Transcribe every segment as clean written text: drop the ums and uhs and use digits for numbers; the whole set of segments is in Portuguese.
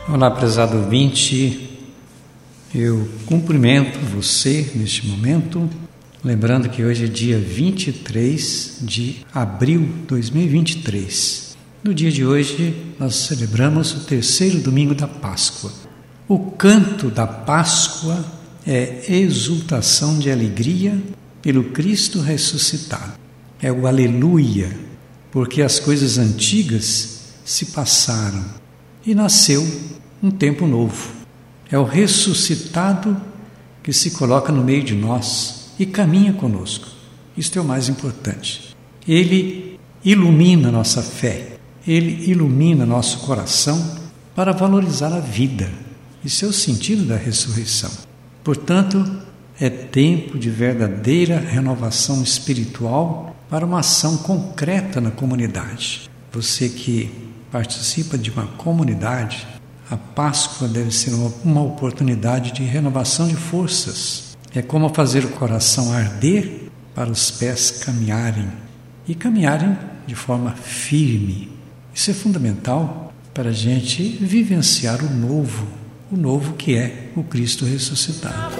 Olá, prezado ouvinte, eu cumprimento você neste momento, lembrando que hoje é dia 23 de abril de 2023. No dia de hoje, nós celebramos o terceiro domingo da Páscoa. O canto da Páscoa é exultação de alegria pelo Cristo ressuscitado. É o aleluia, porque as coisas antigas se passaram e nasceu um tempo novo. É o ressuscitado que se coloca no meio de nós e caminha conosco. Isto é o mais importante. Ele ilumina nossa fé, ele ilumina nosso coração para valorizar a vida. Isso é o sentido da ressurreição. Portanto, é tempo de verdadeira renovação espiritual para uma ação concreta na comunidade. Você que participa de uma comunidade, a Páscoa deve ser uma oportunidade de renovação de forças. É como fazer o coração arder para os pés caminharem, e caminharem de forma firme. Isso é fundamental para a gente vivenciar o novo que é o Cristo ressuscitado.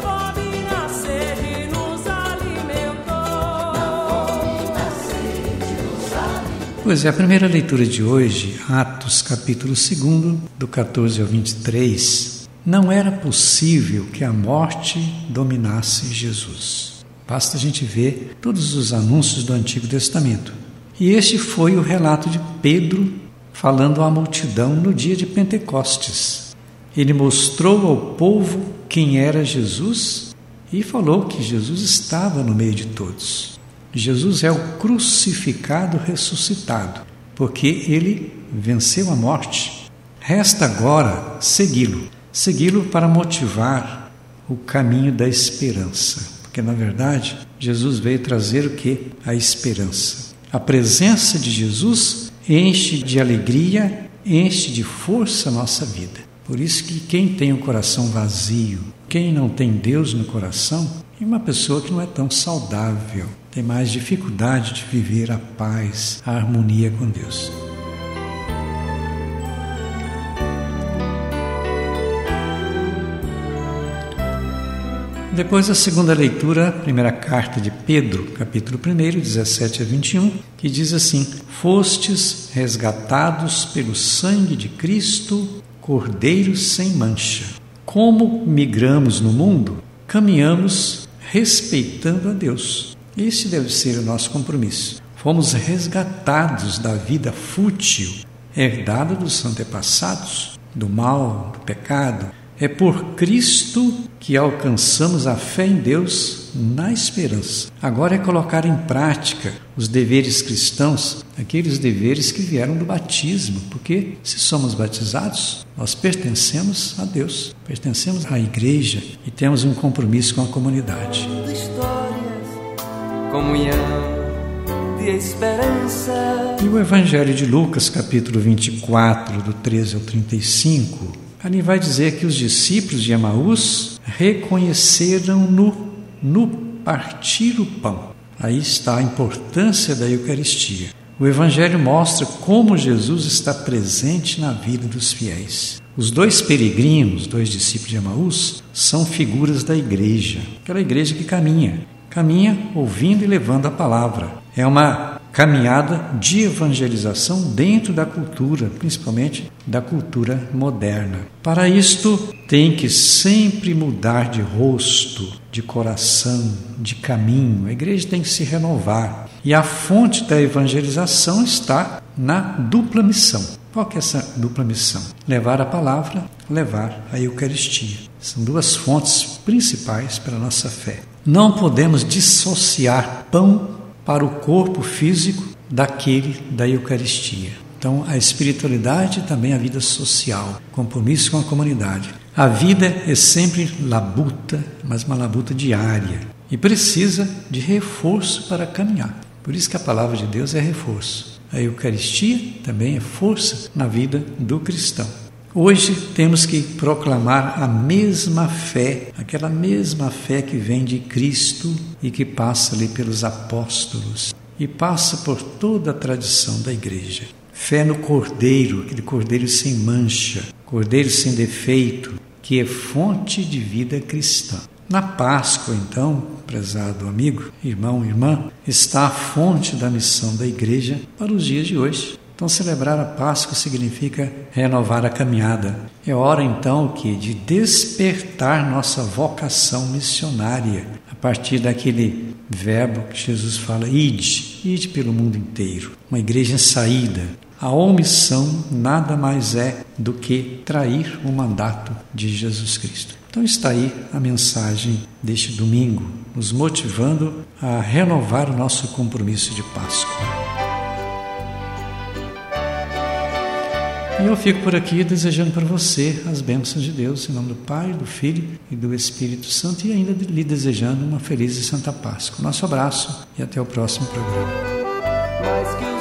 Pois é, a primeira leitura de hoje, Atos capítulo 2, do 14 ao 23, não era possível que a morte dominasse Jesus. Basta a gente ver todos os anúncios do Antigo Testamento. E este foi o relato de Pedro falando à multidão no dia de Pentecostes. Ele mostrou ao povo quem era Jesus e falou que Jesus estava no meio de todos. Jesus é o crucificado ressuscitado, porque ele venceu a morte. Resta agora segui-lo para motivar o caminho da esperança, porque na verdade Jesus veio trazer o quê? A esperança. A presença de Jesus enche de alegria, enche de força a nossa vida. Por isso que quem tem o coração vazio, quem não tem Deus no coração, é uma pessoa que não é tão saudável, tem mais dificuldade de viver a paz, a harmonia com Deus. Depois a segunda leitura, primeira carta de Pedro, capítulo 1, 17 a 21, que diz assim: Fostes resgatados pelo sangue de Cristo, Cordeiro sem mancha. Como migramos no mundo, caminhamos respeitando a Deus. Esse deve ser o nosso compromisso. Fomos resgatados da vida fútil, herdada dos antepassados, do mal, do pecado. É por Cristo que alcançamos a fé em Deus na esperança. Agora é colocar em prática os deveres cristãos, aqueles deveres que vieram do batismo, porque se somos batizados, nós pertencemos a Deus, pertencemos à igreja e temos um compromisso com a comunidade. Comunhão de esperança. E o Evangelho de Lucas, capítulo 24, do 13 ao 35, ali vai dizer que os discípulos de Emaús reconheceram-no no partir o pão. Aí está a importância da Eucaristia. O Evangelho mostra como Jesus está presente na vida dos fiéis. Os dois peregrinos, dois discípulos de Emaús, são figuras da igreja, aquela igreja que caminha ouvindo e levando a palavra. É uma caminhada de evangelização dentro da cultura, principalmente da cultura moderna. Para isto, tem que sempre mudar de rosto, de coração, de caminho. A igreja tem que se renovar. E a fonte da evangelização está na dupla missão. Qual que é essa dupla missão? Levar a palavra, levar a Eucaristia. São duas fontes principais para a nossa fé. Não podemos dissociar pão para o corpo físico daquele da Eucaristia. Então, a espiritualidade também é a vida social, compromisso com a comunidade. A vida é sempre labuta, mas uma labuta diária, e precisa de reforço para caminhar. Por isso que a palavra de Deus é reforço. A Eucaristia também é força na vida do cristão. Hoje temos que proclamar a mesma fé, aquela mesma fé que vem de Cristo e que passa ali pelos apóstolos e passa por toda a tradição da igreja. Fé no Cordeiro, aquele Cordeiro sem mancha, Cordeiro sem defeito, que é fonte de vida cristã. Na Páscoa, então, prezado amigo, irmão, irmã, está a fonte da missão da igreja para os dias de hoje. Então, celebrar a Páscoa significa renovar a caminhada. É hora, então, de despertar nossa vocação missionária, a partir daquele verbo que Jesus fala, ide pelo mundo inteiro. Uma igreja em saída. A omissão nada mais é do que trair o mandato de Jesus Cristo. Então está aí a mensagem deste domingo, nos motivando a renovar o nosso compromisso de Páscoa. E eu fico por aqui desejando para você as bênçãos de Deus, em nome do Pai, do Filho e do Espírito Santo, e ainda lhe desejando uma feliz e santa Páscoa. Nosso abraço e até o próximo programa.